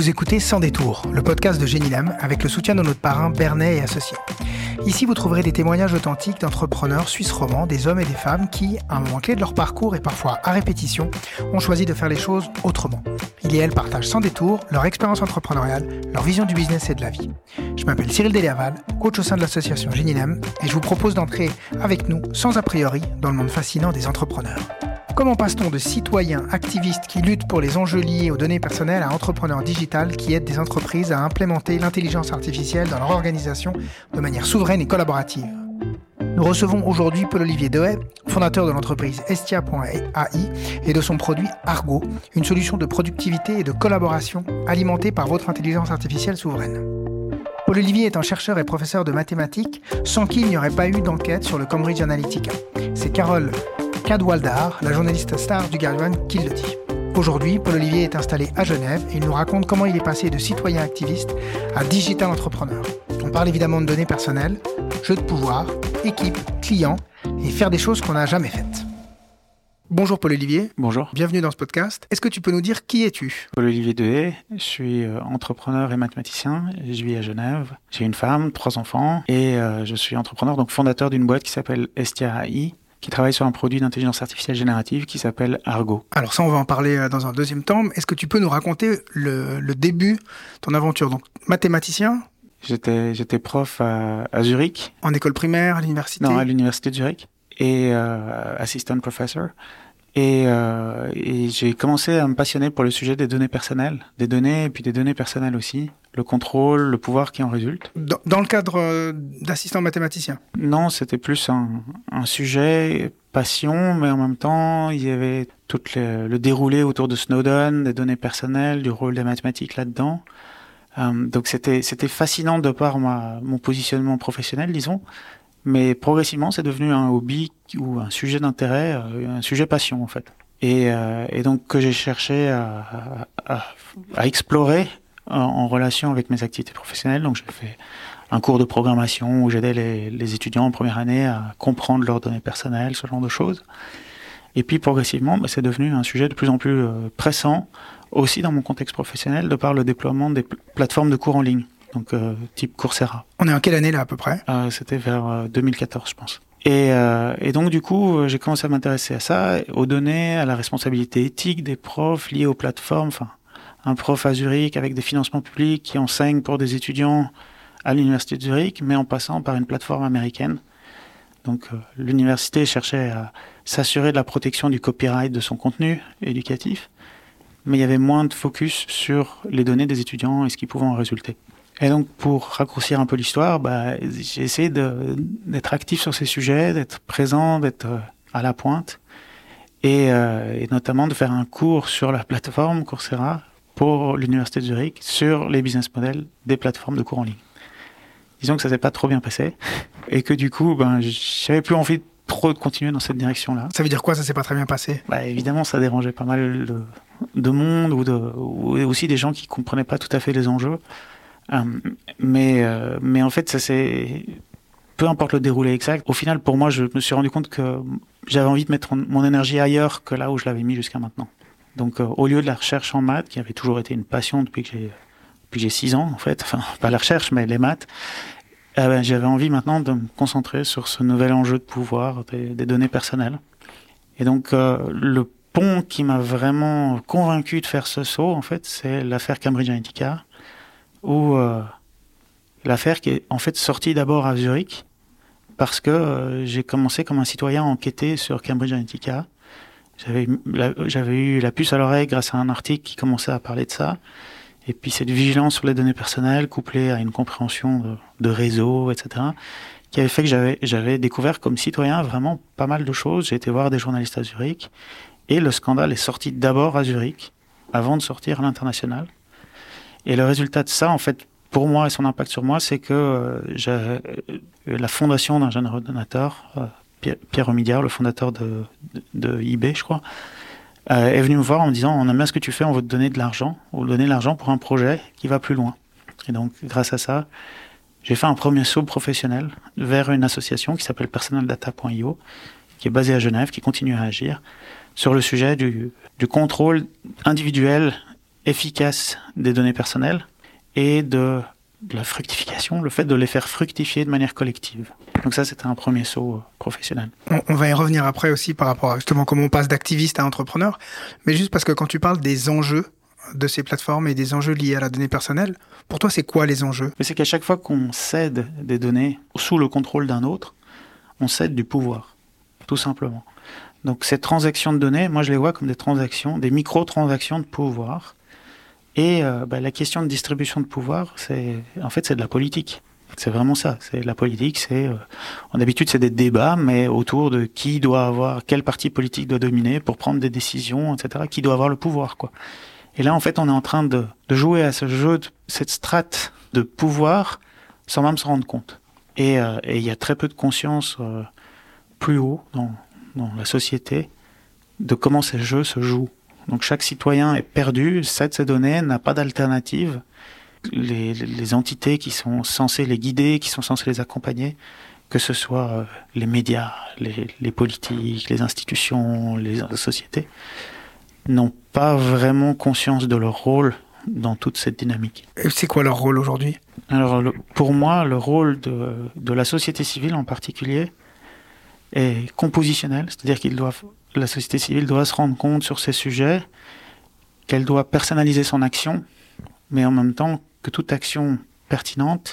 Vous écoutez Sans détour, le podcast de Génilem avec le soutien de notre parrain Bernet et Associés. Ici, vous trouverez des témoignages authentiques d'entrepreneurs suisses romans, des hommes et des femmes qui, à un moment clé de leur parcours et parfois à répétition, ont choisi de faire les choses autrement. Ils et elles partagent sans détour leur expérience entrepreneuriale, leur vision du business et de la vie. Je m'appelle Cyril Deléaval, coach au sein de l'association Génilem, et je vous propose d'entrer avec nous, sans a priori, dans le monde fascinant des entrepreneurs. Comment passe-t-on de citoyens activistes qui luttent pour les enjeux liés aux données personnelles à entrepreneurs digitales qui aident des entreprises à implémenter l'intelligence artificielle dans leur organisation de manière souveraine et collaborative ? Nous recevons aujourd'hui Paul-Olivier Dehaye, fondateur de l'entreprise Estia.ai et de son produit Argo, une solution de productivité et de collaboration alimentée par votre intelligence artificielle souveraine. Paul-Olivier est un chercheur et professeur de mathématiques sans qui il n'y aurait pas eu d'enquête sur le Cambridge Analytica. C'est Carole Cadwalder, la journaliste star du Guardian, qui le dit. Aujourd'hui, Paul-Olivier est installé à Genève et il nous raconte comment il est passé de citoyen activiste à digital entrepreneur. On parle évidemment de données personnelles, jeux de pouvoir, équipe, clients et faire des choses qu'on n'a jamais faites. Bonjour Paul-Olivier. Bonjour. Bienvenue dans ce podcast. Est-ce que tu peux nous dire qui es-tu ? Paul-Olivier Dehaye, je suis entrepreneur et mathématicien. Je vis à Genève. J'ai une femme, 3 enfants et je suis entrepreneur, donc fondateur d'une boîte qui s'appelle Estia.ai, qui travaille sur un produit d'intelligence artificielle générative qui s'appelle Argo. Alors ça, on va en parler dans un deuxième temps. Est-ce que tu peux nous raconter le début de ton aventure ? Donc, mathématicien ? J'étais prof à Zurich. En école primaire, à l'université ? Non, à l'université de Zurich. Et assistant professor. Et j'ai commencé à me passionner pour le sujet des données personnelles. Des données et puis des données personnelles aussi. Le contrôle, le pouvoir qui en résulte. Dans le cadre d'assistant mathématicien ? Non, c'était plus un sujet passion, mais en même temps, il y avait tout le déroulé autour de Snowden, des données personnelles, du rôle des mathématiques là-dedans. Donc c'était fascinant de par mon positionnement professionnel, disons. Mais progressivement, c'est devenu un hobby ou un sujet d'intérêt, un sujet passion en fait. Et donc que j'ai cherché à explorer en relation avec mes activités professionnelles. Donc j'ai fait un cours de programmation où j'aidais les étudiants en première année à comprendre leurs données personnelles, ce genre de choses. Et puis progressivement, c'est devenu un sujet de plus en plus pressant, aussi dans mon contexte professionnel, de par le déploiement des plateformes de cours en ligne, donc type Coursera. On est en quelle année là à peu près ? C'était vers 2014, je pense. Et donc du coup, j'ai commencé à m'intéresser à ça, aux données, à la responsabilité éthique des profs liés aux plateformes, enfin un prof à Zurich avec des financements publics qui enseigne pour des étudiants à l'université de Zurich, mais en passant par une plateforme américaine. Donc l'université cherchait à s'assurer de la protection du copyright de son contenu éducatif, mais il y avait moins de focus sur les données des étudiants et ce qui pouvait en résulter. Et donc pour raccourcir un peu l'histoire, j'ai essayé d'être actif sur ces sujets, d'être présent, d'être à la pointe, et notamment de faire un cours sur la plateforme Coursera pour l'université de Zurich sur les business models des plateformes de cours en ligne. Disons que ça s'est pas trop bien passé et que du coup, j'avais plus envie trop de continuer dans cette direction-là. Ça veut dire quoi, ça s'est pas très bien passé ? Évidemment, ça dérangeait pas mal de monde ou aussi des gens qui comprenaient pas tout à fait les enjeux. Mais en fait, ça c'est peu importe le déroulé exact. Au final, pour moi, je me suis rendu compte que j'avais envie de mettre mon énergie ailleurs que là où je l'avais mis jusqu'à maintenant. Donc, au lieu de la recherche en maths, qui avait toujours été une passion depuis que j'ai 6 ans, en fait, enfin, pas la recherche, mais les maths, j'avais envie maintenant de me concentrer sur ce nouvel enjeu de pouvoir des données personnelles. Et donc, le pont qui m'a vraiment convaincu de faire ce saut, en fait, c'est l'affaire Cambridge Analytica, où l'affaire qui est en fait sortie d'abord à Zurich, parce que j'ai commencé comme un citoyen à enquêter sur Cambridge Analytica. J'avais eu la puce à l'oreille grâce à un article qui commençait à parler de ça. Et puis cette vigilance sur les données personnelles, couplée à une compréhension de réseau, etc., qui avait fait que j'avais découvert comme citoyen vraiment pas mal de choses. J'ai été voir des journalistes à Zurich, et le scandale est sorti d'abord à Zurich, avant de sortir à l'international. Et le résultat de ça, en fait, pour moi et son impact sur moi, c'est que la fondation d'un jeune donateur, Pierre Omidyar, le fondateur de eBay, je crois, est venu me voir en me disant « On aime bien ce que tu fais, on veut te donner de l'argent, on veut te donner de l'argent pour un projet qui va plus loin. » Et donc, grâce à ça, j'ai fait un premier saut professionnel vers une association qui s'appelle personaldata.io, qui est basée à Genève, qui continue à agir sur le sujet du contrôle individuel efficace des données personnelles et de la fructification, le fait de les faire fructifier de manière collective. Donc ça, c'était un premier saut professionnel. On va y revenir après aussi par rapport à justement comment on passe d'activiste à entrepreneur. Mais juste parce que quand tu parles des enjeux de ces plateformes et des enjeux liés à la donnée personnelle, pour toi, c'est quoi les enjeux ? C'est qu'à chaque fois qu'on cède des données sous le contrôle d'un autre, on cède du pouvoir, tout simplement. Donc ces transactions de données, moi je les vois comme des transactions, des micro-transactions de pouvoir. Et la question de distribution de pouvoir, c'est de la politique. C'est vraiment ça. C'est de la politique. D'habitude, c'est des débats, mais autour de qui doit avoir, quel parti politique doit dominer pour prendre des décisions, etc. Qui doit avoir le pouvoir, quoi. Et là, en fait, on est en train de jouer à ce jeu, cette strate de pouvoir, sans même se rendre compte. Et il y a très peu de conscience plus haut dans la société de comment ces jeux se jouent. Donc chaque citoyen est perdu, cède ses données, n'a pas d'alternative. Les entités qui sont censées les guider, qui sont censées les accompagner, que ce soit les médias, les politiques, les institutions, les sociétés, n'ont pas vraiment conscience de leur rôle dans toute cette dynamique. Et c'est quoi leur rôle aujourd'hui ? Alors pour moi, le rôle de la société civile en particulier est compositionnel, c'est-à-dire la société civile doit se rendre compte sur ces sujets, qu'elle doit personnaliser son action, mais en même temps que toute action pertinente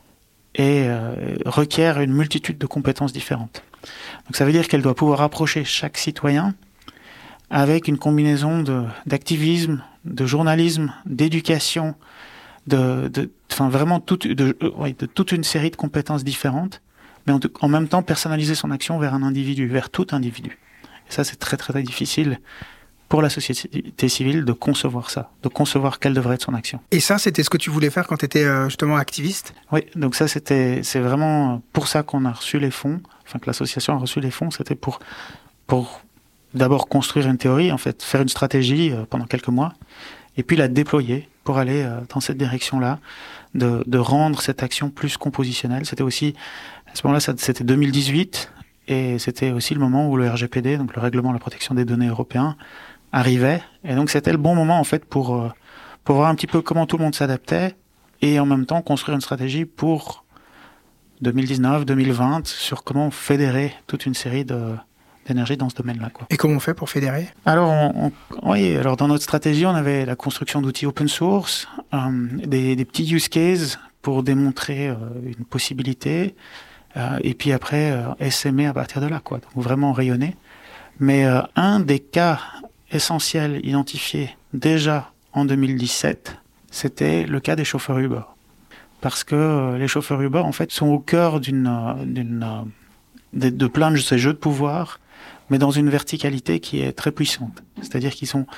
requiert une multitude de compétences différentes. Donc ça veut dire qu'elle doit pouvoir approcher chaque citoyen avec une combinaison d'activisme, de journalisme, d'éducation, vraiment de toute une série de compétences différentes, mais en même temps personnaliser son action vers un individu, vers tout individu. Et ça, c'est très très très difficile pour la société civile de concevoir ça, de concevoir quelle devrait être son action. Et ça, c'était ce que tu voulais faire quand tu étais justement activiste ? Oui, donc c'est vraiment pour ça qu'on a reçu les fonds, que l'association a reçu les fonds, c'était pour d'abord construire une théorie, en fait, faire une stratégie pendant quelques mois, et puis la déployer pour aller dans cette direction-là, de rendre cette action plus compositionnelle. C'était aussi, à ce moment-là, c'était 2018, et c'était aussi le moment où le RGPD, donc le règlement de la protection des données européen, arrivait. Et donc c'était le bon moment en fait pour voir un petit peu comment tout le monde s'adaptait et en même temps construire une stratégie pour 2019, 2020 sur comment fédérer toute une série d'énergie dans ce domaine-là, quoi. Et comment on fait pour fédérer ? Alors, alors dans notre stratégie, on avait la construction d'outils open source, des petits use cases pour démontrer une possibilité, et puis après SME à partir de là, quoi. Donc vraiment rayonner. Mais un des cas essentiels identifiés déjà en 2017, c'était le cas des chauffeurs Uber. Parce que les chauffeurs Uber, en fait, sont au cœur de plein de ces jeux de pouvoir, mais dans une verticalité qui est très puissante. C'est-à-dire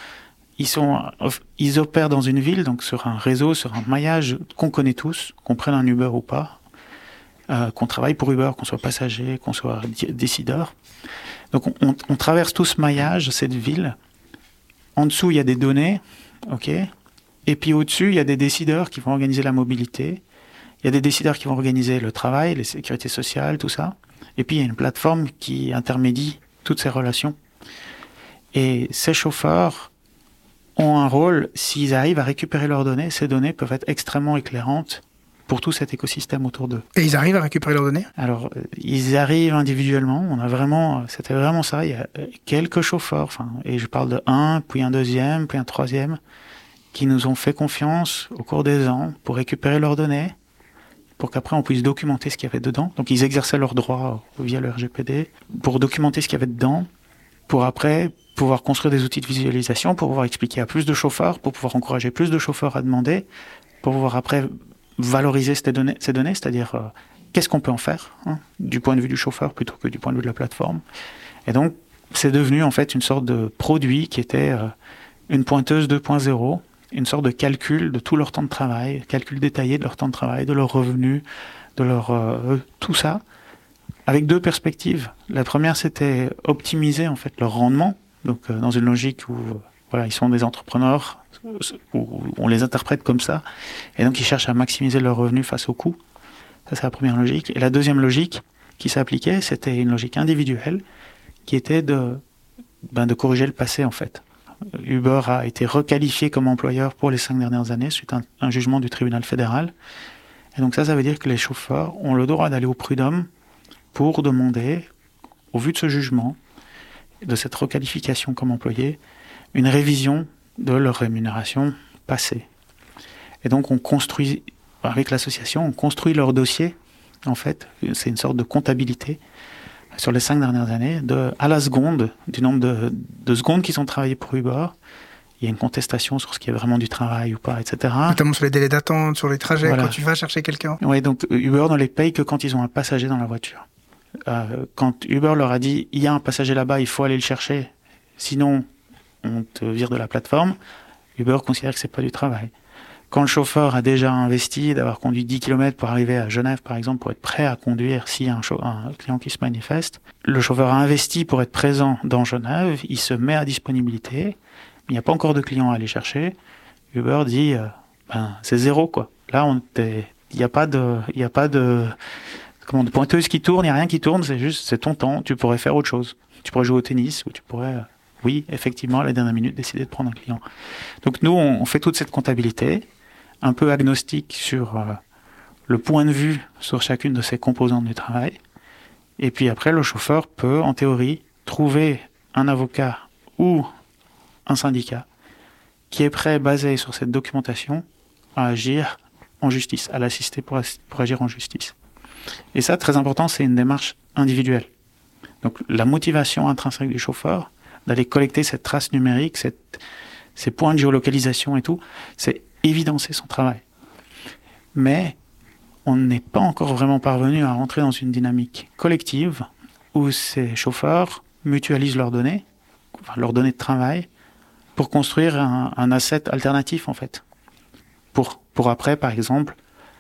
ils opèrent dans une ville, donc sur un réseau, sur un maillage qu'on connaît tous, qu'on prenne un Uber ou pas, qu'on travaille pour Uber, qu'on soit passager, qu'on soit décideur. Donc on traverse tout ce maillage, cette ville. En dessous, il y a des données, ok. Et puis au-dessus, il y a des décideurs qui vont organiser la mobilité. Il y a des décideurs qui vont organiser le travail, les sécurités sociales, tout ça. Et puis il y a une plateforme qui intermédie toutes ces relations. Et ces chauffeurs ont un rôle, s'ils arrivent à récupérer leurs données, ces données peuvent être extrêmement éclairantes pour tout cet écosystème autour d'eux. Et ils arrivent à récupérer leurs données ? Alors, ils arrivent individuellement. C'était vraiment ça. Il y a quelques chauffeurs, et je parle de un, puis un deuxième, puis un troisième, qui nous ont fait confiance au cours des ans pour récupérer leurs données, pour qu'après on puisse documenter ce qu'il y avait dedans. Donc ils exerçaient leurs droits via le RGPD, pour documenter ce qu'il y avait dedans, pour après pouvoir construire des outils de visualisation, pour pouvoir expliquer à plus de chauffeurs, pour pouvoir encourager plus de chauffeurs à demander, pour pouvoir après valoriser ces données, c'est-à-dire qu'est-ce qu'on peut en faire, du point de vue du chauffeur plutôt que du point de vue de la plateforme. Et donc c'est devenu en fait une sorte de produit qui était une pointeuse 2.0, une sorte de calcul de tout leur temps de travail, calcul détaillé de leur temps de travail, de leurs revenus, de leur tout ça, avec deux perspectives. La première, c'était optimiser en fait leur rendement, donc dans une logique où ils sont des entrepreneurs, où on les interprète comme ça, et donc ils cherchent à maximiser leurs revenus face aux coûts. Ça, c'est la première logique. Et la deuxième logique qui s'appliquait, c'était une logique individuelle, qui était de corriger le passé en fait. Uber a été requalifié comme employeur pour les 5 dernières années suite à un jugement du tribunal fédéral. Et donc ça veut dire que les chauffeurs ont le droit d'aller au prud'homme pour demander, au vu de ce jugement, de cette requalification comme employé, une révision de leur rémunération passée. Et donc on construit, avec l'association, on construit leur dossier, en fait, c'est une sorte de comptabilité sur les 5 dernières années, à la seconde, du nombre de secondes qu'ils ont travaillé pour Uber. Il y a une contestation sur ce qui est vraiment du travail ou pas, etc. Notamment sur les délais d'attente, sur les trajets, voilà. Quand tu vas chercher quelqu'un. Oui, donc Uber ne les paye que quand ils ont un passager dans la voiture. Quand Uber leur a dit « il y a un passager là-bas, il faut aller le chercher, sinon on te vire de la plateforme », Uber considère que c'est pas du travail. Quand le chauffeur a déjà investi d'avoir conduit 10 km pour arriver à Genève, par exemple, pour être prêt à conduire s'il y a un client qui se manifeste, le chauffeur a investi pour être présent dans Genève, il se met à disponibilité, il n'y a pas encore de client à aller chercher. Uber dit c'est zéro, quoi. Là, il n'y a pas de pointeuse qui tourne, il n'y a rien qui tourne, c'est ton temps, tu pourrais faire autre chose. Tu pourrais jouer au tennis ou tu pourrais, oui, effectivement, à la dernière minute, décider de prendre un client. Donc nous, on fait toute cette comptabilité, un peu agnostique sur le point de vue sur chacune de ces composantes du travail. Et puis après, le chauffeur peut, en théorie, trouver un avocat ou un syndicat qui est prêt, basé sur cette documentation, à agir en justice, à l'assister pour agir en justice. Et ça, très important, c'est une démarche individuelle. Donc la motivation intrinsèque du chauffeur, d'aller collecter cette trace numérique, ces points de géolocalisation et tout, c'est évidencer son travail. Mais on n'est pas encore vraiment parvenu à rentrer dans une dynamique collective où ces chauffeurs mutualisent leurs données de travail, pour construire un asset alternatif, en fait. Pour après, par exemple,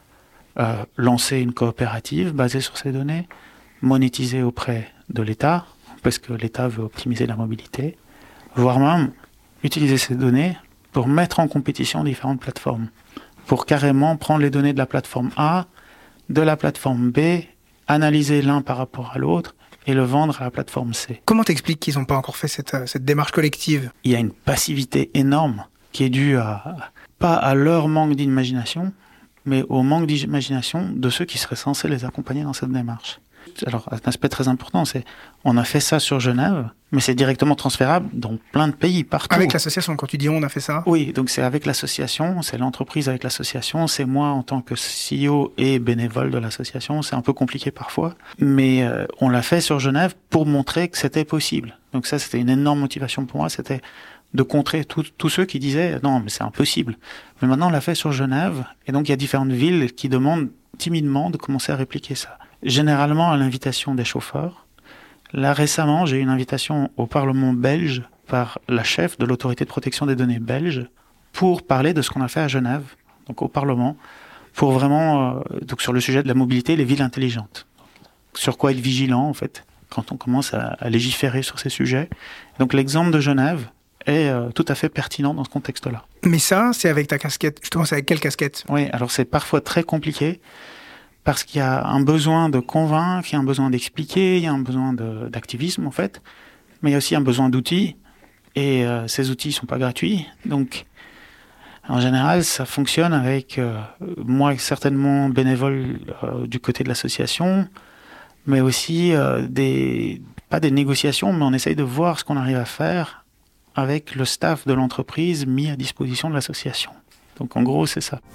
lancer une coopérative basée sur ces données, monétiser auprès de l'État, parce que l'État veut optimiser la mobilité, voire même utiliser ces données pour mettre en compétition différentes plateformes, pour carrément prendre les données de la plateforme A, de la plateforme B, analyser l'un par rapport à l'autre, et le vendre à la plateforme C. Comment t'expliques qu'ils n'ont pas encore fait cette démarche collective ? Il y a une passivité énorme qui est due pas à leur manque d'imagination, mais au manque d'imagination de ceux qui seraient censés les accompagner dans cette démarche. Alors, un aspect très important, c'est on a fait ça sur Genève, mais c'est directement transférable dans plein de pays, partout. Avec l'association, quand tu dis on a fait ça ? Oui, donc c'est avec l'association, c'est l'entreprise avec l'association, c'est moi en tant que CEO et bénévole de l'association, c'est un peu compliqué parfois, mais on l'a fait sur Genève pour montrer que c'était possible. Donc ça, c'était une énorme motivation pour moi, c'était de contrer tous ceux qui disaient « non, mais c'est impossible ». Mais maintenant, on l'a fait sur Genève, et donc il y a différentes villes qui demandent timidement de commencer à répliquer ça. Généralement à l'invitation des chauffeurs. Là, récemment, j'ai eu une invitation au Parlement belge par la chef de l'autorité de protection des données belge pour parler de ce qu'on a fait à Genève, donc au Parlement, pour vraiment, donc sur le sujet de la mobilité, les villes intelligentes. Sur quoi être vigilant, en fait, quand on commence à légiférer sur ces sujets. Donc l'exemple de Genève est tout à fait pertinent dans ce contexte-là. Mais ça, c'est avec ta casquette. Justement, c'est avec quelle casquette ? Oui, alors c'est parfois très compliqué. Parce qu'il y a un besoin de convaincre, il y a un besoin d'expliquer, il y a un besoin d'activisme en fait, mais il y a aussi un besoin d'outils, et ces outils ne sont pas gratuits. Donc, en général, ça fonctionne avec moi certainement bénévole du côté de l'association, mais aussi pas des négociations, mais on essaye de voir ce qu'on arrive à faire avec le staff de l'entreprise mis à disposition de l'association. Donc en gros, c'est ça.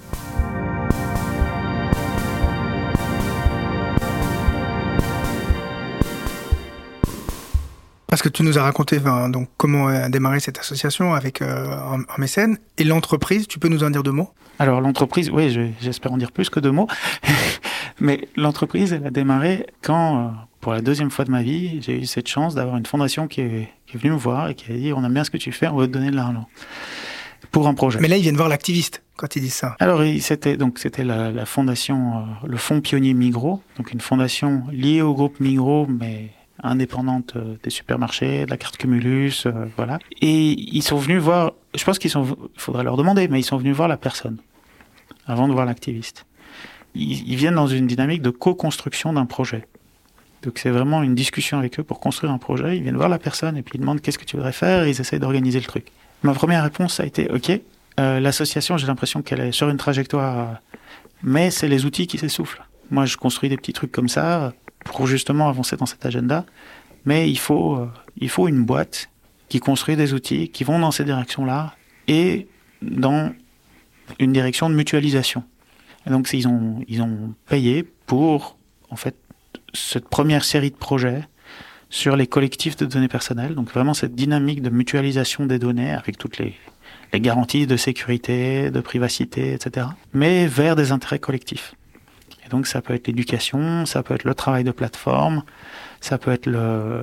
Parce que tu nous as raconté donc comment a démarré cette association avec un mécène. Et l'entreprise, tu peux nous en dire 2 mots ? Alors l'entreprise, oui, j'espère en dire plus que 2 mots. Mais l'entreprise, elle a démarré quand, pour la 2e fois de ma vie, j'ai eu cette chance d'avoir une fondation qui est venue me voir et qui a dit « on aime bien ce que tu fais, on va te donner de l'argent » pour un projet. Mais là, ils viennent voir l'activiste quand ils disent ça. Alors c'était la fondation, le fonds pionnier Migros, donc une fondation liée au groupe Migros, mais indépendante des supermarchés, de la carte Cumulus, voilà. Et ils sont venus voir, je pense il faudrait leur demander, mais ils sont venus voir la personne avant de voir l'activiste. Ils viennent dans une dynamique de co-construction d'un projet. Donc c'est vraiment une discussion avec eux pour construire un projet. Ils viennent voir la personne et puis ils demandent qu'est-ce que tu voudrais faire et ils essayent d'organiser le truc. Ma première réponse a été « Ok, l'association, j'ai l'impression qu'elle est sur une trajectoire, mais c'est les outils qui s'essoufflent. Moi, je construis des petits trucs comme ça pour justement avancer dans cet agenda, mais il faut une boîte qui construit des outils qui vont dans ces directions-là et dans une direction de mutualisation. » Et donc, ils ont payé pour, en fait, cette première série de projets sur les collectifs de données personnelles. Donc, vraiment cette dynamique de mutualisation des données avec toutes les garanties de sécurité, de privacité, etc. Mais vers des intérêts collectifs. Et donc, ça peut être l'éducation, ça peut être le travail de plateforme, ça peut être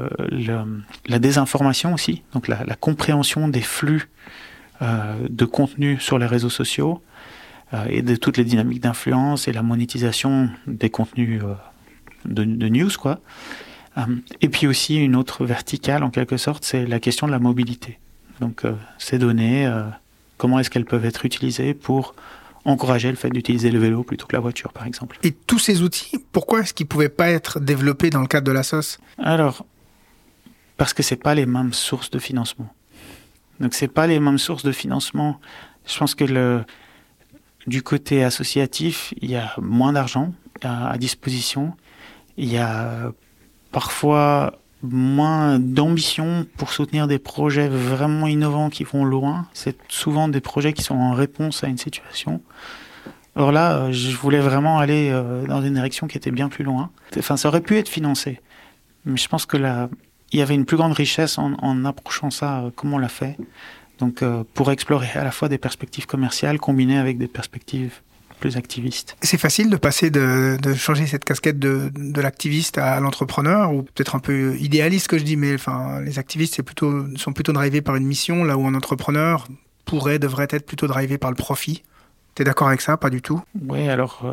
la désinformation aussi, donc la compréhension des flux de contenu sur les réseaux sociaux et de toutes les dynamiques d'influence et la monétisation des contenus de news, quoi. Et puis aussi une autre verticale, en quelque sorte, c'est la question de la mobilité. Donc, ces données, comment est-ce qu'elles peuvent être utilisées pour encourager le fait d'utiliser le vélo plutôt que la voiture, par exemple. Et tous ces outils, pourquoi est-ce qu'ils ne pouvaient pas être développés dans le cadre de la SOS ? Alors, parce que ce n'est pas les mêmes sources de financement. Donc, ce n'est pas les mêmes sources de financement. Je pense que du côté associatif, il y a moins d'argent à disposition. Il y a parfois moins d'ambition pour soutenir des projets vraiment innovants qui vont loin. C'est souvent des projets qui sont en réponse à une situation. Or là, je voulais vraiment aller dans une direction qui était bien plus loin. Enfin, ça aurait pu être financé. Mais je pense que là, il y avait une plus grande richesse en approchant ça comme on l'a fait. Donc, pour explorer à la fois des perspectives commerciales combinées avec des perspectives plus activiste. C'est facile de passer de changer cette casquette de l'activiste à l'entrepreneur, ou peut-être un peu idéaliste que je dis, mais enfin, les activistes sont plutôt drivés par une mission, là où un entrepreneur devrait être plutôt drivé par le profit. T'es d'accord avec ça? Pas du tout? Oui, alors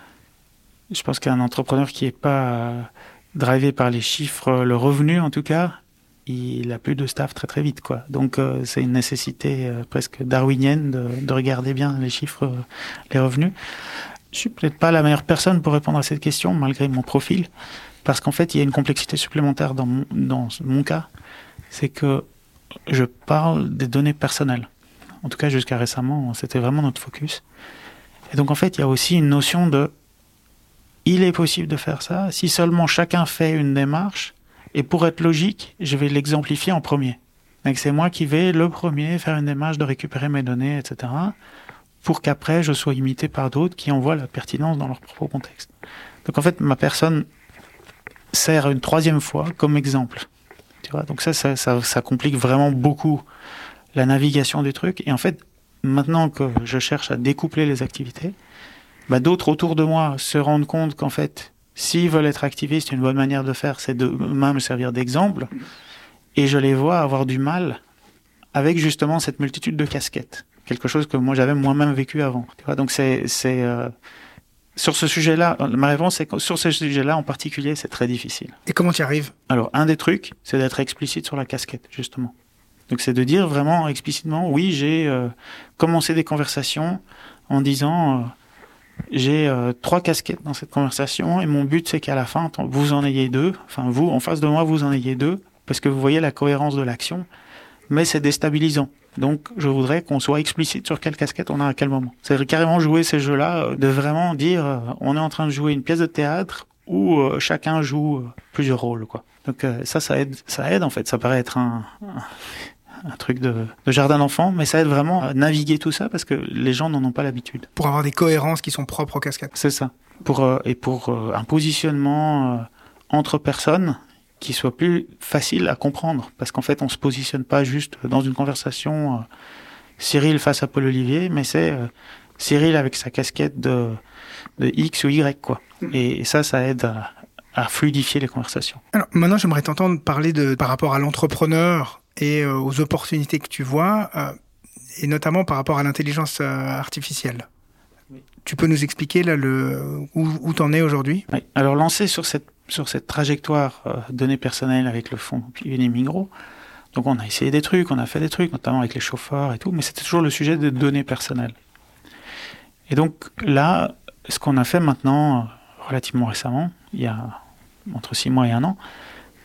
je pense qu'un entrepreneur qui n'est pas drivé par les chiffres, le revenu en tout cas, il a plus de staff très très vite, quoi. Donc c'est une nécessité presque darwinienne de regarder bien les chiffres, les revenus. Je suis peut-être pas la meilleure personne pour répondre à cette question malgré mon profil, parce qu'en fait il y a une complexité supplémentaire dans mon cas, c'est que je parle des données personnelles. En tout cas jusqu'à récemment, c'était vraiment notre focus. Et donc en fait il y a aussi une notion de il est possible de faire ça si seulement chacun fait une démarche. Et pour être logique, je vais l'exemplifier en premier. Donc c'est moi qui vais le premier faire une démarche de récupérer mes données, etc. pour qu'après je sois imité par d'autres qui en voient la pertinence dans leur propre contexte. Donc en fait, ma personne sert une troisième fois comme exemple. Tu vois, donc ça complique vraiment beaucoup la navigation du truc. Et en fait, maintenant que je cherche à découpler les activités, d'autres autour de moi se rendent compte qu'en fait, s'ils veulent être activistes, une bonne manière de faire, c'est de me servir d'exemple. Et je les vois avoir du mal avec justement cette multitude de casquettes. Quelque chose que moi j'avais moi-même vécu avant. Tu vois, donc c'est sur ce sujet-là, ma réponse c'est que sur ce sujet-là en particulier, c'est très difficile. Et comment tu y arrives? Alors, un des trucs, c'est d'être explicite sur la casquette, justement. Donc c'est de dire vraiment explicitement, oui, j'ai commencé des conversations en disant... j'ai 3 casquettes dans cette conversation et mon but c'est qu'à la fin vous en ayez 2, enfin vous en face de moi vous en ayez 2 parce que vous voyez la cohérence de l'action, mais c'est déstabilisant. Donc je voudrais qu'on soit explicite sur quelle casquette on a à quel moment. C'est carrément jouer ces jeux-là, de vraiment dire on est en train de jouer une pièce de théâtre où chacun joue plusieurs rôles, quoi. Donc ça aide en fait, ça paraît être un truc de jardin d'enfants, mais ça aide vraiment à naviguer tout ça parce que les gens n'en ont pas l'habitude. Pour avoir des cohérences qui sont propres aux casquettes. C'est ça. Pour un positionnement entre personnes qui soit plus facile à comprendre. Parce qu'en fait, on se positionne pas juste dans une conversation Cyril face à Paul Olivier, mais c'est Cyril avec sa casquette de X ou Y, quoi. Et ça aide à fluidifier les conversations. Alors, maintenant, j'aimerais t'entendre parler par rapport à l'entrepreneur et aux opportunités que tu vois, et notamment par rapport à l'intelligence artificielle. Oui. Tu peux nous expliquer là, où t'en es aujourd'hui? Oui. Alors, lancé sur cette trajectoire données personnelles avec le fonds Unimigro, donc on a essayé des trucs, on a fait des trucs, notamment avec les chauffeurs et tout, mais c'était toujours le sujet des données personnelles. Et donc là, ce qu'on a fait maintenant, relativement récemment, il y a entre 6 mois et 1 an,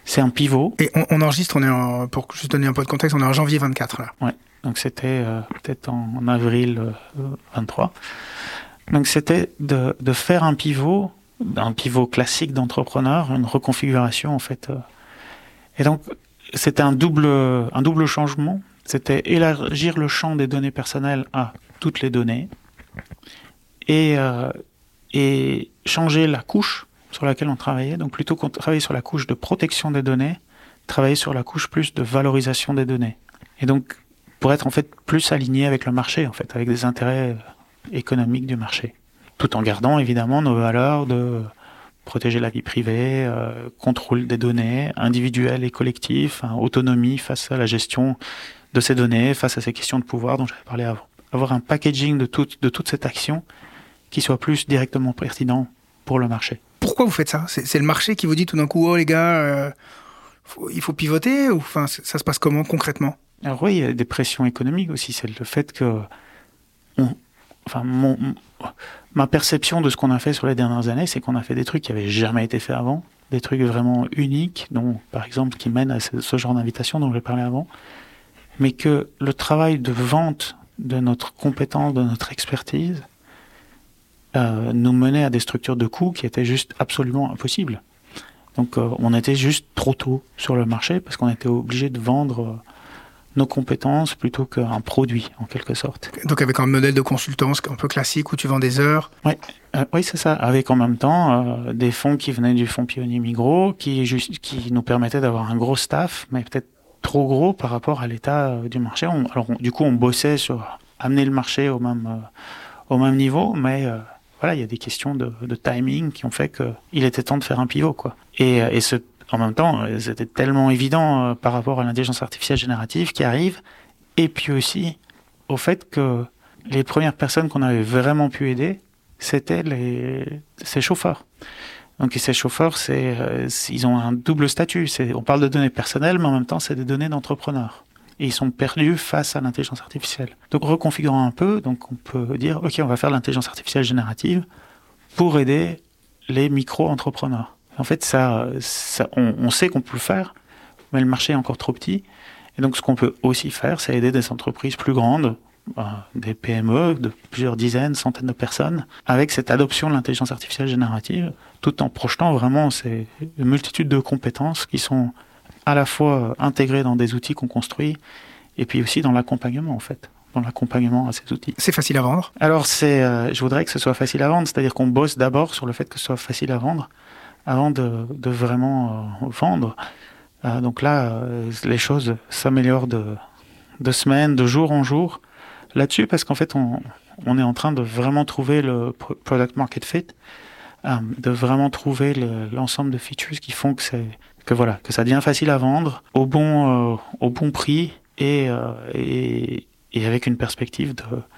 C'est un pivot. Et on enregistre, pour juste donner un peu de contexte, on est en janvier 24 là. Ouais, donc c'était peut-être en avril 23. Donc c'était de faire un pivot classique d'entrepreneur, une reconfiguration en fait. Et donc c'était un double changement. C'était élargir le champ des données personnelles à toutes les données et changer la couche sur laquelle on travaillait. Donc plutôt qu'on travaillait sur la couche de protection des données, travailler sur la couche plus de valorisation des données. Et donc pour être en fait plus aligné avec le marché, en fait, avec des intérêts économiques du marché, tout en gardant évidemment nos valeurs de protéger la vie privée, contrôle des données individuelles et collectives, autonomie face à la gestion de ces données, face à ces questions de pouvoir dont j'avais parlé avant. Avoir un packaging de toute cette action qui soit plus directement pertinent pour le marché. Pourquoi vous faites ça ? C'est le marché qui vous dit tout d'un coup, oh les gars, il faut pivoter, ou enfin ça se passe comment concrètement ? Alors oui, il y a des pressions économiques aussi. C'est le fait que ma perception de ce qu'on a fait sur les dernières années, c'est qu'on a fait des trucs qui n'avaient jamais été faits avant, des trucs vraiment uniques, dont par exemple qui mènent à ce genre d'invitation dont j'ai parlé avant, mais que le travail de vente de notre compétence, de notre expertise, nous menait à des structures de coûts qui étaient juste absolument impossibles. Donc on était juste trop tôt sur le marché parce qu'on était obligé de vendre nos compétences plutôt qu'un produit, en quelque sorte. Donc avec un modèle de consultance un peu classique où tu vends des heures. Oui, c'est ça. Avec en même temps des fonds qui venaient du fonds Pionnier Migros, qui nous permettaient d'avoir un gros staff, mais peut-être trop gros par rapport à l'état du marché. Du coup, on bossait sur amener le marché au même niveau, mais voilà, il y a des questions de timing qui ont fait qu'il était temps de faire un pivot, quoi. En même temps, c'était tellement évident par rapport à l'intelligence artificielle générative qui arrive, et puis aussi au fait que les premières personnes qu'on avait vraiment pu aider, c'était ces chauffeurs. Donc ces chauffeurs, ils ont un double statut. On parle de données personnelles, mais en même temps, c'est des données d'entrepreneurs. Et ils sont perdus face à l'intelligence artificielle. Donc reconfigurant un peu, donc on peut dire, ok, on va faire l'intelligence artificielle générative pour aider les micro-entrepreneurs. En fait, on sait qu'on peut le faire, mais le marché est encore trop petit. Et donc, ce qu'on peut aussi faire, c'est aider des entreprises plus grandes, des PME de plusieurs dizaines, centaines de personnes, avec cette adoption de l'intelligence artificielle générative, tout en projetant vraiment une multitude de compétences qui sont à la fois intégrées dans des outils qu'on construit, et puis aussi dans l'accompagnement, en fait. Dans l'accompagnement à ces outils. C'est facile à vendre ? Alors, je voudrais que ce soit facile à vendre, c'est-à-dire qu'on bosse d'abord sur le fait que ce soit facile à vendre, avant de vraiment vendre. Donc là, les choses s'améliorent de semaine, de jour en jour là-dessus, parce qu'en fait, on est en train de vraiment trouver le product market fit, de vraiment trouver l'ensemble de features qui font que ça devient facile à vendre au bon prix et avec une perspective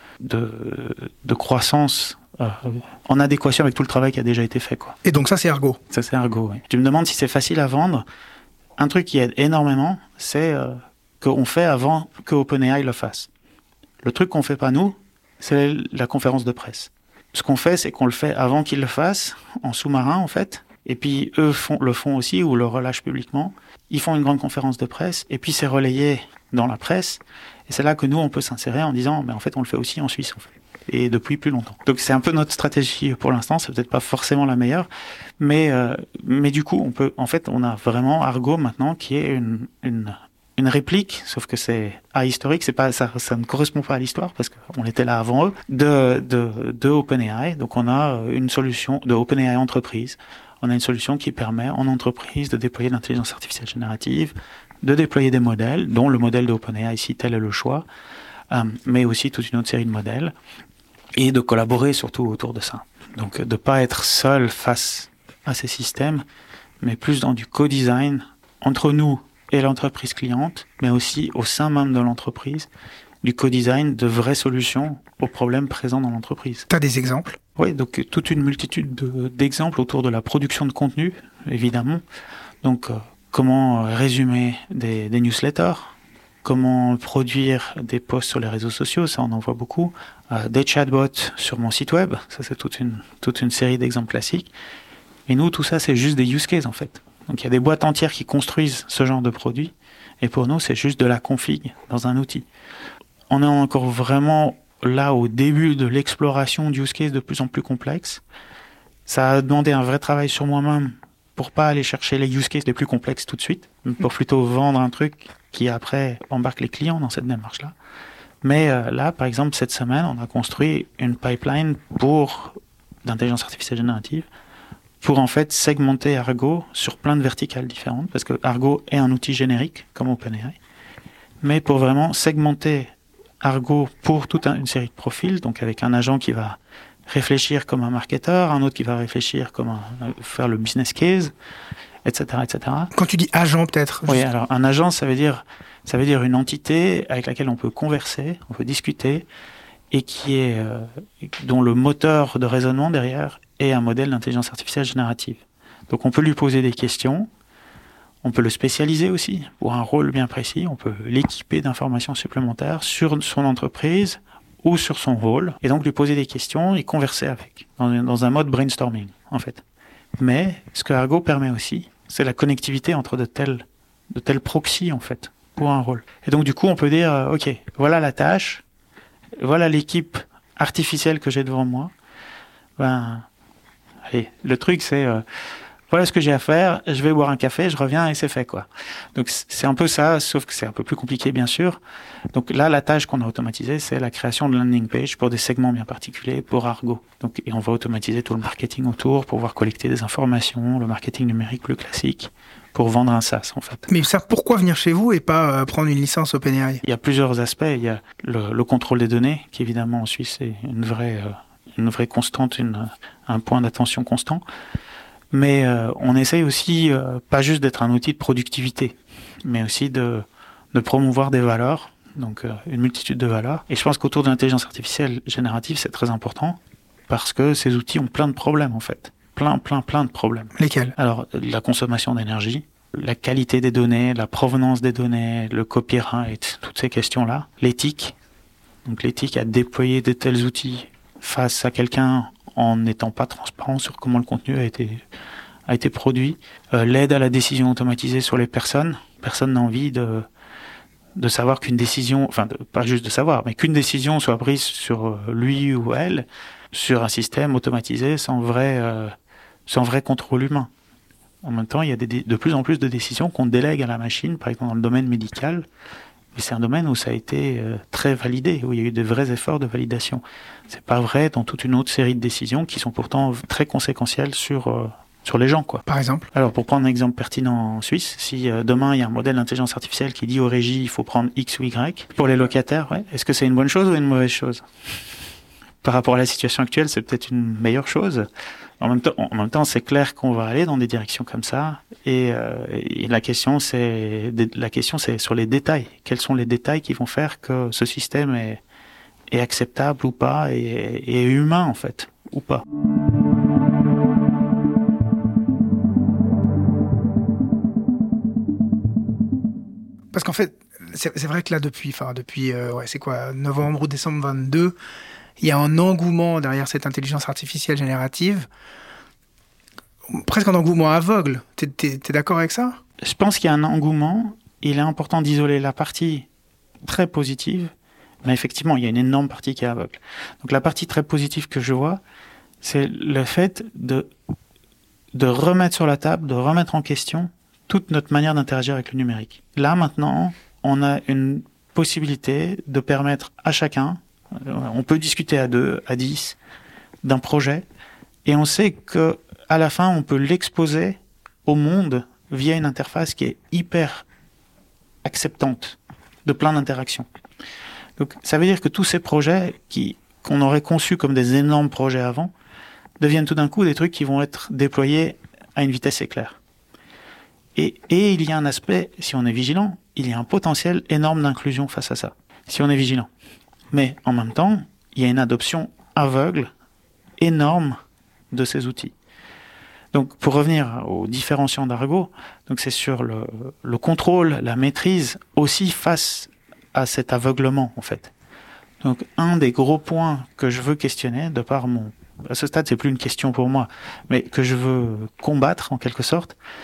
de croissance en adéquation avec tout le travail qui a déjà été fait, quoi. Et donc ça, c'est Argo ? Ça, c'est Argo, oui. Tu me demandes si c'est facile à vendre. Un truc qui aide énormément, c'est qu'on fait avant que OpenAI le fasse. Le truc qu'on fait pas, nous, c'est la conférence de presse. Ce qu'on fait, c'est qu'on le fait avant qu'ils le fassent, en sous-marin, en fait. Et puis, eux le font aussi, ou le relâchent publiquement. Ils font une grande conférence de presse, et puis c'est relayé dans la presse. Et c'est là que nous, on peut s'insérer en disant, mais en fait, on le fait aussi en Suisse, en fait. Et depuis plus longtemps. Donc c'est un peu notre stratégie pour l'instant, c'est peut-être pas forcément la meilleure, mais du coup on a vraiment Argo maintenant qui est une réplique, sauf que c'est ahistorique, ça ne correspond pas à l'histoire parce qu'on était là avant eux, de OpenAI. Donc on a une solution de OpenAI entreprise, on a une solution qui permet en entreprise de déployer l'intelligence artificielle générative, de déployer des modèles, dont le modèle de OpenAI si tel est le choix, mais aussi toute une autre série de modèles, et de collaborer surtout autour de ça. Donc de pas être seul face à ces systèmes, mais plus dans du co-design entre nous et l'entreprise cliente, mais aussi au sein même de l'entreprise, du co-design de vraies solutions aux problèmes présents dans l'entreprise. Tu as des exemples ? Oui, donc toute une multitude d'exemples autour de la production de contenu, évidemment. Donc comment résumer des newsletters, comment produire des posts sur les réseaux sociaux, ça on en voit beaucoup, des chatbots sur mon site web, ça c'est toute une série d'exemples classiques. Et nous, tout ça, c'est juste des use cases en fait. Donc il y a des boîtes entières qui construisent ce genre de produit, et pour nous, c'est juste de la config dans un outil. On est encore vraiment là au début de l'exploration d'use case de plus en plus complexes. Ça a demandé un vrai travail sur moi-même pour pas aller chercher les use cases les plus complexes tout de suite, pour plutôt vendre un truc qui après embarque les clients dans cette démarche-là. Mais là, par exemple, cette semaine, on a construit une pipeline d'intelligence artificielle générative pour en fait segmenter Argo sur plein de verticales différentes, parce que Argo est un outil générique, comme OpenAI, mais pour vraiment segmenter Argo pour toute une série de profils, donc avec un agent qui va réfléchir comme un marketeur, un autre qui va réfléchir faire le business case, etc., etc. Quand tu dis agent, peut-être. Oui, alors un agent, ça veut dire une entité avec laquelle on peut converser, on peut discuter, et dont le moteur de raisonnement derrière est un modèle d'intelligence artificielle générative. Donc on peut lui poser des questions, on peut le spécialiser aussi pour un rôle bien précis, on peut l'équiper d'informations supplémentaires sur son entreprise ou sur son rôle, et donc lui poser des questions et converser avec, dans un mode brainstorming, en fait. Mais ce que Argo permet aussi, c'est la connectivité entre de tels proxys, en fait, pour un rôle. Et donc du coup, on peut dire, ok, voilà la tâche, voilà l'équipe artificielle que j'ai devant moi. Allez, le truc c'est, voilà ce que j'ai à faire, je vais boire un café, je reviens et c'est fait, quoi. Donc c'est un peu ça, sauf que c'est un peu plus compliqué, bien sûr. Donc là, la tâche qu'on a automatisée, c'est la création de landing page pour des segments bien particuliers pour Argo. Et on va automatiser tout le marketing autour pour pouvoir collecter des informations, le marketing numérique plus classique, pour vendre un SaaS, en fait. Mais ça, pourquoi venir chez vous et pas prendre une licence OpenAI ? Il y a plusieurs aspects. Il y a le contrôle des données, qui évidemment en Suisse est une vraie constante, un point d'attention constant. Mais on essaye aussi, pas juste d'être un outil de productivité, mais aussi de promouvoir des valeurs, donc une multitude de valeurs. Et je pense qu'autour de l'intelligence artificielle générative, c'est très important, parce que ces outils ont plein de problèmes, en fait. Plein de problèmes. Lesquels ? Alors, la consommation d'énergie, la qualité des données, la provenance des données, le copyright, toutes ces questions-là. L'éthique, donc l'éthique à déployer de tels outils face à quelqu'un en n'étant pas transparent sur comment le contenu a été produit. L'aide à la décision automatisée sur les personnes. Personne n'a envie de savoir qu'une décision, pas juste de savoir, mais qu'une décision soit prise sur lui ou elle, sur un système automatisé sans vrai contrôle humain. En même temps, il y a de plus en plus de décisions qu'on délègue à la machine, par exemple dans le domaine médical, mais c'est un domaine où ça a été très validé, où il y a eu de vrais efforts de validation. C'est pas vrai dans toute une autre série de décisions qui sont pourtant très conséquentielles sur les gens, quoi. Par exemple ? Alors, pour prendre un exemple pertinent en Suisse, si demain il y a un modèle d'intelligence artificielle qui dit aux régies il faut prendre X ou Y, pour les locataires, ouais, est-ce que c'est une bonne chose ou une mauvaise chose ? Par rapport à la situation actuelle, c'est peut-être une meilleure chose. En même temps, c'est clair qu'on va aller dans des directions comme ça. Et la question, c'est sur les détails. Quels sont les détails qui vont faire que ce système est acceptable ou pas, et humain, en fait, ou pas. Parce qu'en fait, c'est vrai que là, depuis c'est quoi, novembre ou décembre 22, il y a un engouement derrière cette intelligence artificielle générative, presque un engouement aveugle. T'es d'accord avec ça ? Je pense qu'il y a un engouement. Il est important d'isoler la partie très positive, mais effectivement, il y a une énorme partie qui est aveugle. Donc la partie très positive que je vois, c'est le fait de remettre sur la table, de remettre en question toute notre manière d'interagir avec le numérique. Là, maintenant, on a une possibilité de permettre à chacun, on peut discuter à 2, à 10, d'un projet, et on sait que à la fin, on peut l'exposer au monde via une interface qui est hyper acceptante de plein d'interactions. Donc, ça veut dire que tous ces projets qu'on aurait conçus comme des énormes projets avant deviennent tout d'un coup des trucs qui vont être déployés à une vitesse éclair. Et il y a un aspect, si on est vigilant, il y a un potentiel énorme d'inclusion face à ça, si on est vigilant. Mais en même temps, il y a une adoption aveugle énorme de ces outils. Donc, pour revenir aux différenciants d'Argo, donc c'est sur le contrôle, la maîtrise, aussi face à cet aveuglement, en fait. Donc, un des gros points que je veux questionner, à ce stade, c'est plus une question pour moi, mais que je veux combattre, en quelque sorte,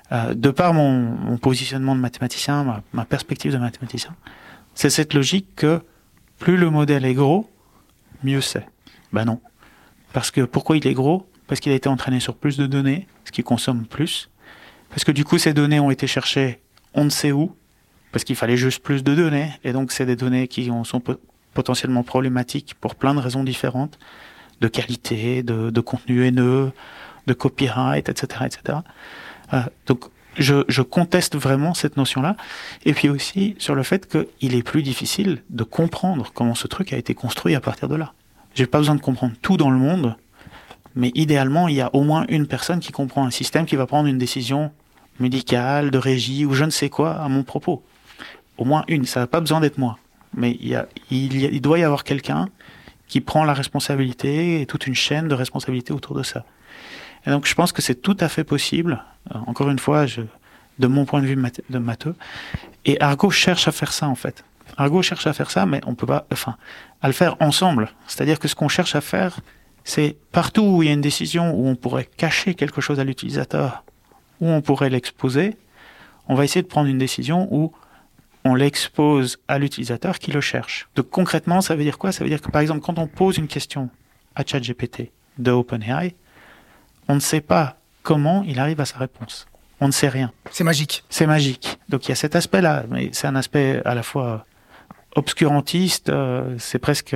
De par mon positionnement de mathématicien, ma perspective de mathématicien, c'est cette logique que plus le modèle est gros, mieux c'est. Ben non. Parce que pourquoi il est gros ? Parce qu'il a été entraîné sur plus de données, ce qui consomme plus. Parce que du coup, ces données ont été cherchées on ne sait où, parce qu'il fallait juste plus de données, et donc c'est des données qui sont potentiellement problématiques pour plein de raisons différentes, de qualité, de contenu haineux, de copyright, etc. etc. Donc je conteste vraiment cette notion-là, et puis aussi sur le fait qu'il est plus difficile de comprendre comment ce truc a été construit à partir de là. J'ai pas besoin de comprendre tout dans le monde, mais idéalement, il y a au moins une personne qui comprend un système qui va prendre une décision médicale, de régie, ou je ne sais quoi à mon propos. Au moins une, ça n'a pas besoin d'être moi. Mais il doit y avoir quelqu'un qui prend la responsabilité et toute une chaîne de responsabilité autour de ça. Et donc je pense que c'est tout à fait possible, encore une fois, de mon point de vue de matheux, et Argo cherche à faire ça en fait. Argo cherche à faire ça, mais on peut pas, à le faire ensemble. C'est-à-dire que ce qu'on cherche à faire, c'est partout où il y a une décision où on pourrait cacher quelque chose à l'utilisateur, où on pourrait l'exposer, on va essayer de prendre une décision où on l'expose à l'utilisateur qui le cherche. Donc concrètement, ça veut dire quoi ? Ça veut dire que par exemple, quand on pose une question à ChatGPT de OpenAI, on ne sait pas comment il arrive à sa réponse. On ne sait rien. C'est magique. C'est magique. Donc il y a cet aspect-là, mais c'est un aspect à la fois obscurantiste, c'est presque...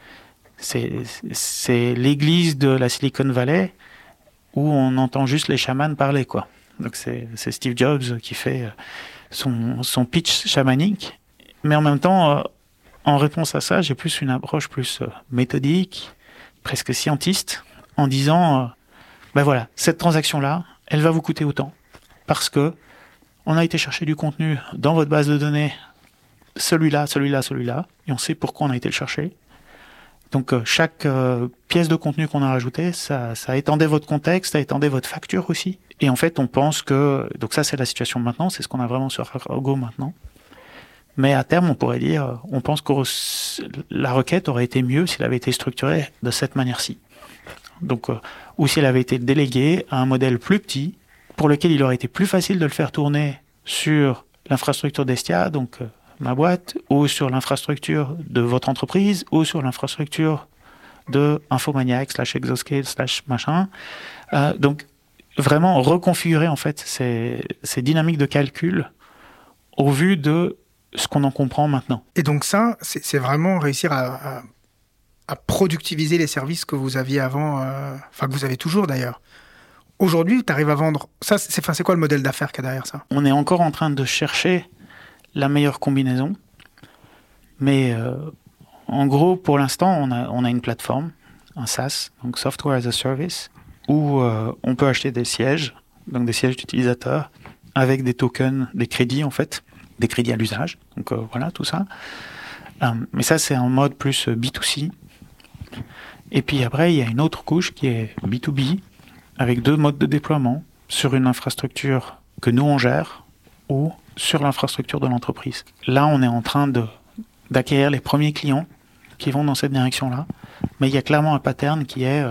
C'est l'église de la Silicon Valley où on entend juste les chamans parler, quoi. Donc c'est Steve Jobs qui fait son pitch chamanique, mais en même temps, en réponse à ça, j'ai plus une approche plus méthodique, presque scientiste, en disant, ben voilà, cette transaction-là, elle va vous coûter autant, parce que on a été chercher du contenu dans votre base de données, celui-là, et on sait pourquoi on a été le chercher. Donc chaque pièce de contenu qu'on a rajoutée, ça étendait votre contexte, ça étendait votre facture aussi. Et en fait, on pense que... Donc ça, c'est la situation maintenant, c'est ce qu'on a vraiment sur Argo maintenant. Mais à terme, on pourrait dire, on pense que la requête aurait été mieux s'il avait été structuré de cette manière-ci. Donc, ou s'il avait été délégué à un modèle plus petit, pour lequel il aurait été plus facile de le faire tourner sur l'infrastructure d'Estia, donc... ma boîte, ou sur l'infrastructure de votre entreprise, ou sur l'infrastructure de Infomaniac /Exoscale /machin. Donc, vraiment reconfigurer, en fait, ces dynamiques de calcul au vu de ce qu'on en comprend maintenant. Et donc ça, c'est vraiment réussir à productiviser les services que vous aviez avant, que vous avez toujours d'ailleurs. Aujourd'hui, tu arrives à vendre... Ça, c'est quoi le modèle d'affaires qu'il y a derrière ça ? On est encore en train de chercher la meilleure combinaison, mais en gros, pour l'instant, on a une plateforme, un SaaS, donc Software as a Service, où on peut acheter des sièges, donc des sièges d'utilisateurs, avec des tokens, des crédits en fait, des crédits à l'usage, donc voilà, tout ça. Mais ça, c'est en mode plus B2C. Et puis après, il y a une autre couche qui est B2B, avec 2 modes de déploiement, sur une infrastructure que nous on gère, ou sur l'infrastructure de l'entreprise. Là, on est en train d'acquérir les premiers clients qui vont dans cette direction-là. Mais il y a clairement un pattern qui est,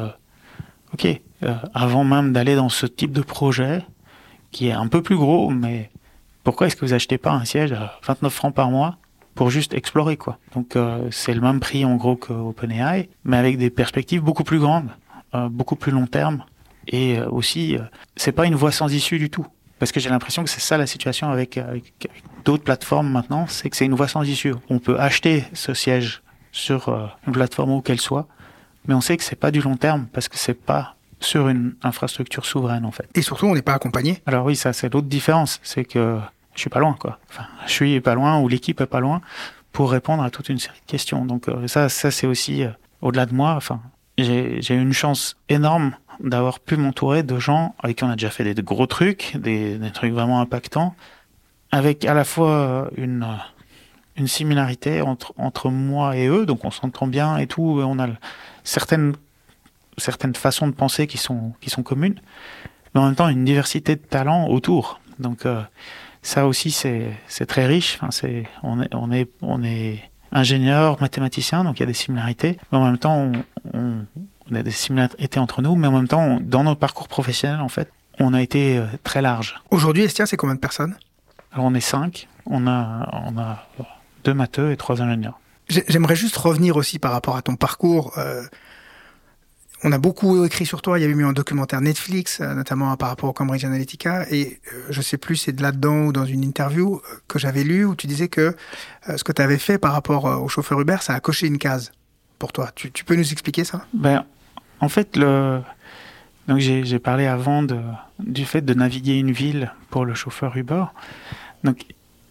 avant même d'aller dans ce type de projet, qui est un peu plus gros, mais pourquoi est-ce que vous achetez pas un siège à 29 francs par mois pour juste explorer, quoi ? Donc, c'est le même prix, en gros, que OpenAI, mais avec des perspectives beaucoup plus grandes, beaucoup plus long terme. Et aussi, c'est pas une voie sans issue du tout. Parce que j'ai l'impression que c'est ça la situation avec d'autres plateformes maintenant, c'est que c'est une voie sans issue. On peut acheter ce siège sur une plateforme où qu'elle soit, mais on sait que c'est pas du long terme parce que c'est pas sur une infrastructure souveraine en fait. Et surtout, on n'est pas accompagné. Alors oui, ça c'est l'autre différence, c'est que je suis pas loin quoi. Enfin, je suis pas loin ou l'équipe est pas loin pour répondre à toute une série de questions. Donc ça c'est aussi au-delà de moi. Enfin, j'ai une chance énorme d'avoir pu m'entourer de gens avec qui on a déjà fait des gros trucs, des trucs vraiment impactants, avec à la fois une similarité entre moi et eux, donc on s'entend bien et tout, on a certaines façons de penser qui sont communes, mais en même temps une diversité de talents autour. Donc ça aussi c'est très riche. Enfin, on est ingénieur, mathématicien, donc il y a des similarités, mais en même temps on a des similarités entre nous, mais en même temps, dans notre parcours professionnel, en fait, on a été très large. Aujourd'hui, Estia, c'est combien de personnes ? Alors on est 5, on a 2 matheux et 3 ingénieurs. J'aimerais juste revenir aussi par rapport à ton parcours. On a beaucoup écrit sur toi, il y a eu un documentaire Netflix, notamment par rapport au Cambridge Analytica, et je sais plus, c'est de là-dedans ou dans une interview que j'avais lue où tu disais que ce que tu avais fait par rapport au chauffeur Uber, ça a coché une case pour toi. Tu peux nous expliquer ça ? En fait, donc j'ai parlé avant du fait de naviguer une ville pour le chauffeur Uber. Donc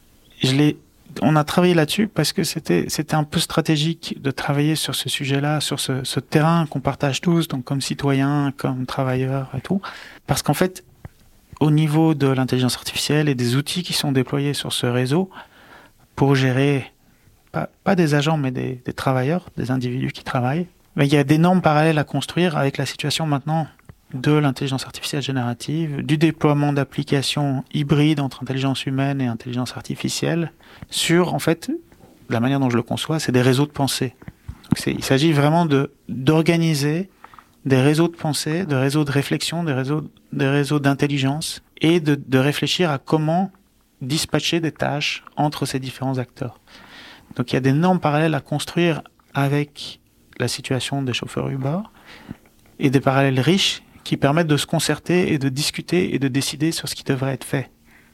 on a travaillé là-dessus parce que c'était un peu stratégique de travailler sur ce sujet-là, sur ce terrain qu'on partage tous, donc comme citoyens, comme travailleurs et tout. Parce qu'en fait, au niveau de l'intelligence artificielle et des outils qui sont déployés sur ce réseau pour gérer, pas des agents, mais des travailleurs, des individus qui travaillent, il y a d'énormes parallèles à construire avec la situation maintenant de l'intelligence artificielle générative, du déploiement d'applications hybrides entre intelligence humaine et intelligence artificielle sur, en fait, la manière dont je le conçois, c'est des réseaux de pensée. Il s'agit vraiment d'organiser des réseaux de pensée, des réseaux de réflexion, des réseaux d'intelligence et de réfléchir à comment dispatcher des tâches entre ces différents acteurs. Donc il y a d'énormes parallèles à construire avec la situation des chauffeurs Uber et des parallèles riches qui permettent de se concerter et de discuter et de décider sur ce qui devrait être fait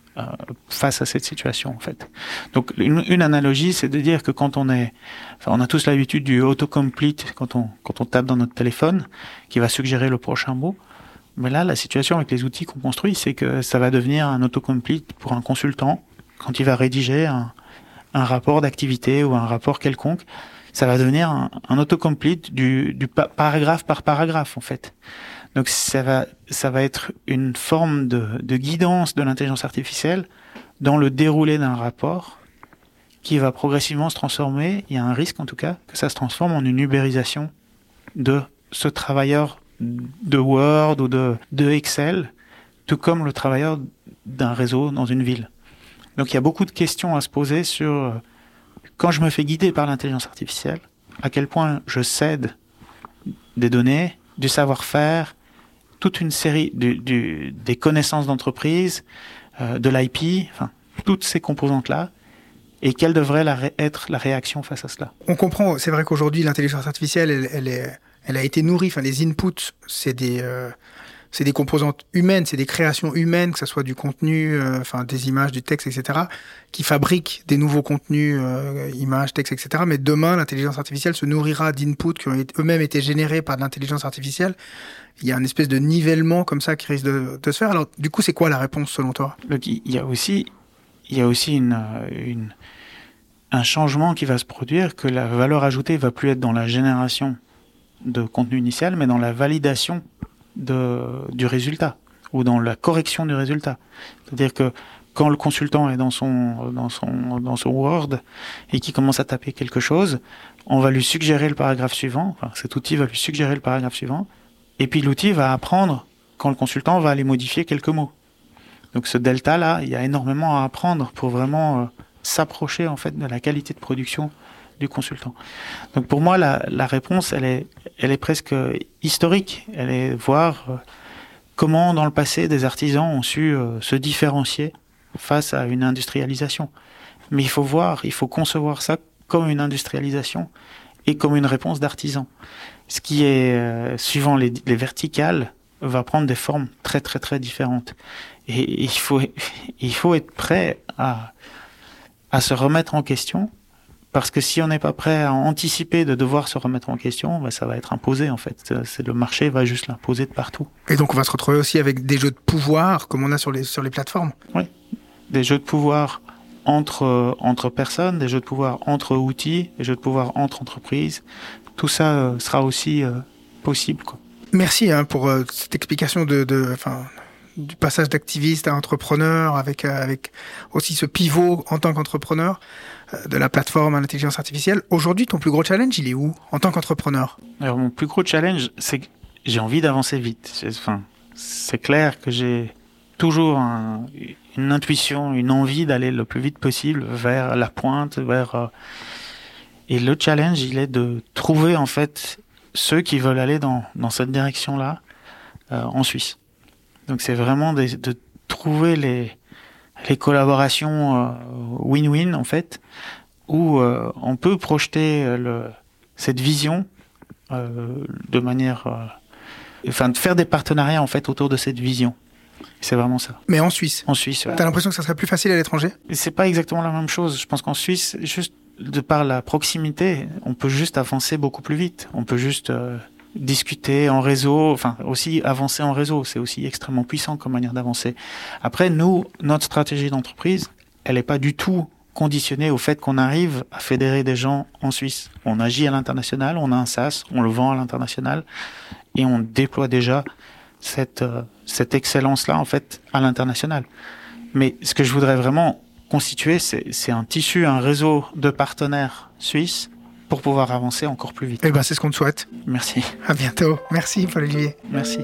face à cette situation, en fait. Donc, une analogie, c'est de dire que quand on a tous l'habitude du autocomplete quand on tape dans notre téléphone, qui va suggérer le prochain mot. Mais là, la situation avec les outils qu'on construit, c'est que ça va devenir un autocomplete pour un consultant quand il va rédiger un rapport d'activité ou un rapport quelconque. Ça va devenir un autocomplete du paragraphe par paragraphe, en fait. Donc ça va être une forme de guidance de l'intelligence artificielle dans le déroulé d'un rapport qui va progressivement se transformer, il y a un risque en tout cas, que ça se transforme en une ubérisation de ce travailleur de Word ou de Excel, tout comme le travailleur d'un réseau dans une ville. Donc il y a beaucoup de questions à se poser sur quand je me fais guider par l'intelligence artificielle, à quel point je cède des données, du savoir-faire, toute une série des connaissances d'entreprise, de l'IP, enfin, toutes ces composantes-là, et quelle devrait être la réaction face à cela. On comprend, c'est vrai qu'aujourd'hui, l'intelligence artificielle, elle a été nourrie, enfin, les inputs, c'est des composantes humaines, c'est des créations humaines, que ce soit du contenu, des images, du texte, etc., qui fabriquent des nouveaux contenus, images, textes, etc. Mais demain, l'intelligence artificielle se nourrira d'inputs qui ont eux-mêmes été générés par l'intelligence artificielle. Il y a une espèce de nivellement comme ça qui risque de se faire. Alors, du coup, c'est quoi la réponse selon toi ? Donc, il y a aussi un changement qui va se produire, que la valeur ajoutée va plus être dans la génération de contenu initial, mais dans la validation du résultat ou dans la correction du résultat. C'est-à-dire que quand le consultant est dans son Word et qu'il commence à taper quelque chose, on va lui suggérer le paragraphe suivant, cet outil va lui suggérer le paragraphe suivant, et puis l'outil va apprendre quand le consultant va aller modifier quelques mots. Donc ce delta-là, il y a énormément à apprendre pour vraiment s'approcher en fait de la qualité de production du consultant. Donc pour moi, la réponse, elle est presque historique. Elle est voir comment dans le passé des artisans ont su se différencier face à une industrialisation. Mais il faut concevoir ça comme une industrialisation et comme une réponse d'artisan. Ce qui est, suivant les verticales, va prendre des formes très très très différentes. Et il faut être prêt à se remettre en question. Parce que si on n'est pas prêt à anticiper de devoir se remettre en question, ça va être imposé en fait. Le marché va juste l'imposer de partout. Et donc on va se retrouver aussi avec des jeux de pouvoir comme on a sur les plateformes. Oui, des jeux de pouvoir entre personnes, des jeux de pouvoir entre outils, des jeux de pouvoir entre entreprises. Tout ça sera aussi possible, quoi. Merci pour cette explication du passage d'activiste à entrepreneur avec aussi ce pivot en tant qu'entrepreneur de la plateforme à l'intelligence artificielle. Aujourd'hui, ton plus gros challenge, il est où en tant qu'entrepreneur ? Alors, mon plus gros challenge, c'est que j'ai envie d'avancer vite. C'est clair que j'ai toujours une intuition, une envie d'aller le plus vite possible vers la pointe, et le challenge, il est de trouver en fait ceux qui veulent aller dans cette direction-là en Suisse. Donc c'est vraiment de trouver les collaborations win-win en fait, où on peut projeter cette vision de manière, de faire des partenariats en fait autour de cette vision. C'est vraiment ça. Mais en Suisse. En Suisse. Ouais. T'as l'impression que ça serait plus facile à l'étranger ? C'est pas exactement la même chose. Je pense qu'en Suisse, juste de par la proximité, on peut juste avancer beaucoup plus vite. On peut juste discuter en réseau, enfin aussi avancer en réseau. C'est aussi extrêmement puissant comme manière d'avancer. Après, nous, notre stratégie d'entreprise, elle n'est pas du tout conditionnée au fait qu'on arrive à fédérer des gens en Suisse. On agit à l'international, on a un SaaS, on le vend à l'international et on déploie déjà cette excellence-là en fait à l'international. Mais ce que je voudrais vraiment constituer, c'est un tissu, un réseau de partenaires suisses pour pouvoir avancer encore plus vite. Eh ben, c'est ce qu'on te souhaite. Merci. À bientôt. Merci, Paul-Olivier. Merci.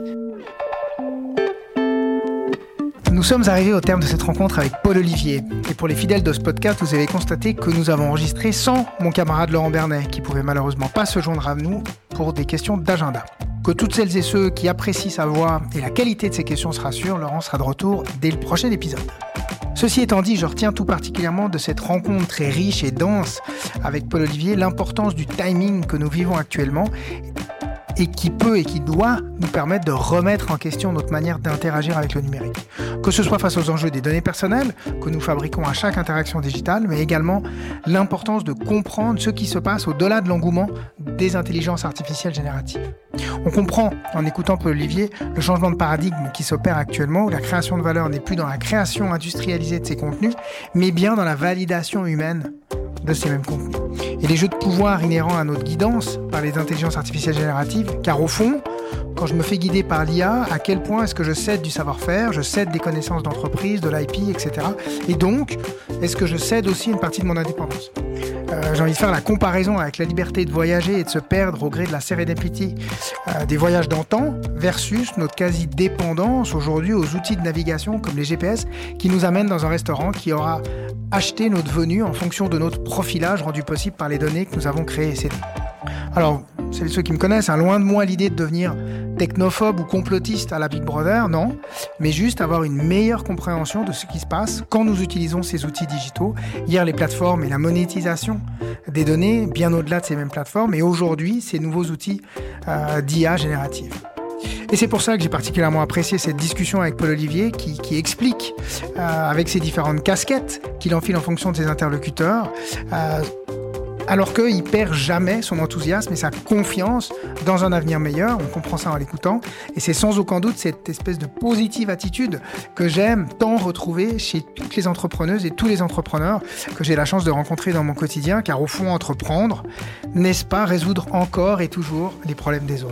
Nous sommes arrivés au terme de cette rencontre avec Paul-Olivier. Et pour les fidèles de ce podcast, vous avez constaté que nous avons enregistré sans mon camarade Laurent Bernet, qui pouvait malheureusement pas se joindre à nous pour des questions d'agenda. Que toutes celles et ceux qui apprécient sa voix et la qualité de ses questions se rassurent, Laurent sera de retour dès le prochain épisode. Ceci étant dit, je retiens tout particulièrement de cette rencontre très riche et dense avec Paul-Olivier l'importance du timing que nous vivons actuellement et qui peut et qui doit nous permettre de remettre en question notre manière d'interagir avec le numérique. Que ce soit face aux enjeux des données personnelles que nous fabriquons à chaque interaction digitale, mais également l'importance de comprendre ce qui se passe au-delà de l'engouement des intelligences artificielles génératives. On comprend, en écoutant Paul-Olivier, le changement de paradigme qui s'opère actuellement, où la création de valeur n'est plus dans la création industrialisée de ces contenus, mais bien dans la validation humaine de ces mêmes contenus. Et les jeux de pouvoir inhérents à notre guidance par les intelligences artificielles génératives, car au fond, quand je me fais guider par l'IA, à quel point est-ce que je cède du savoir-faire, je cède des connaissances d'entreprise, de l'IP, etc. Et donc, est-ce que je cède aussi une partie de mon indépendance ? J'ai envie de faire la comparaison avec la liberté de voyager et de se perdre au gré de la serendipity des voyages d'antan versus notre quasi-dépendance aujourd'hui aux outils de navigation comme les GPS qui nous amènent dans un restaurant qui aura acheté notre venue en fonction de notre profilage rendu possible par les données que nous avons créées. Alors, c'est ceux qui me connaissent, loin de moi l'idée de devenir technophobe ou complotiste à la Big Brother, non, mais juste avoir une meilleure compréhension de ce qui se passe quand nous utilisons ces outils digitaux. Hier, les plateformes et la monétisation des données, bien au-delà de ces mêmes plateformes, et aujourd'hui, ces nouveaux outils d'IA générative. Et c'est pour ça que j'ai particulièrement apprécié cette discussion avec Paul-Olivier qui explique, avec ses différentes casquettes qu'il enfile en fonction de ses interlocuteurs, alors qu'il perd jamais son enthousiasme et sa confiance dans un avenir meilleur. On comprend ça en l'écoutant. Et c'est sans aucun doute cette espèce de positive attitude que j'aime tant retrouver chez toutes les entrepreneuses et tous les entrepreneurs que j'ai la chance de rencontrer dans mon quotidien. Car au fond, entreprendre, n'est-ce pas résoudre encore et toujours les problèmes des autres ?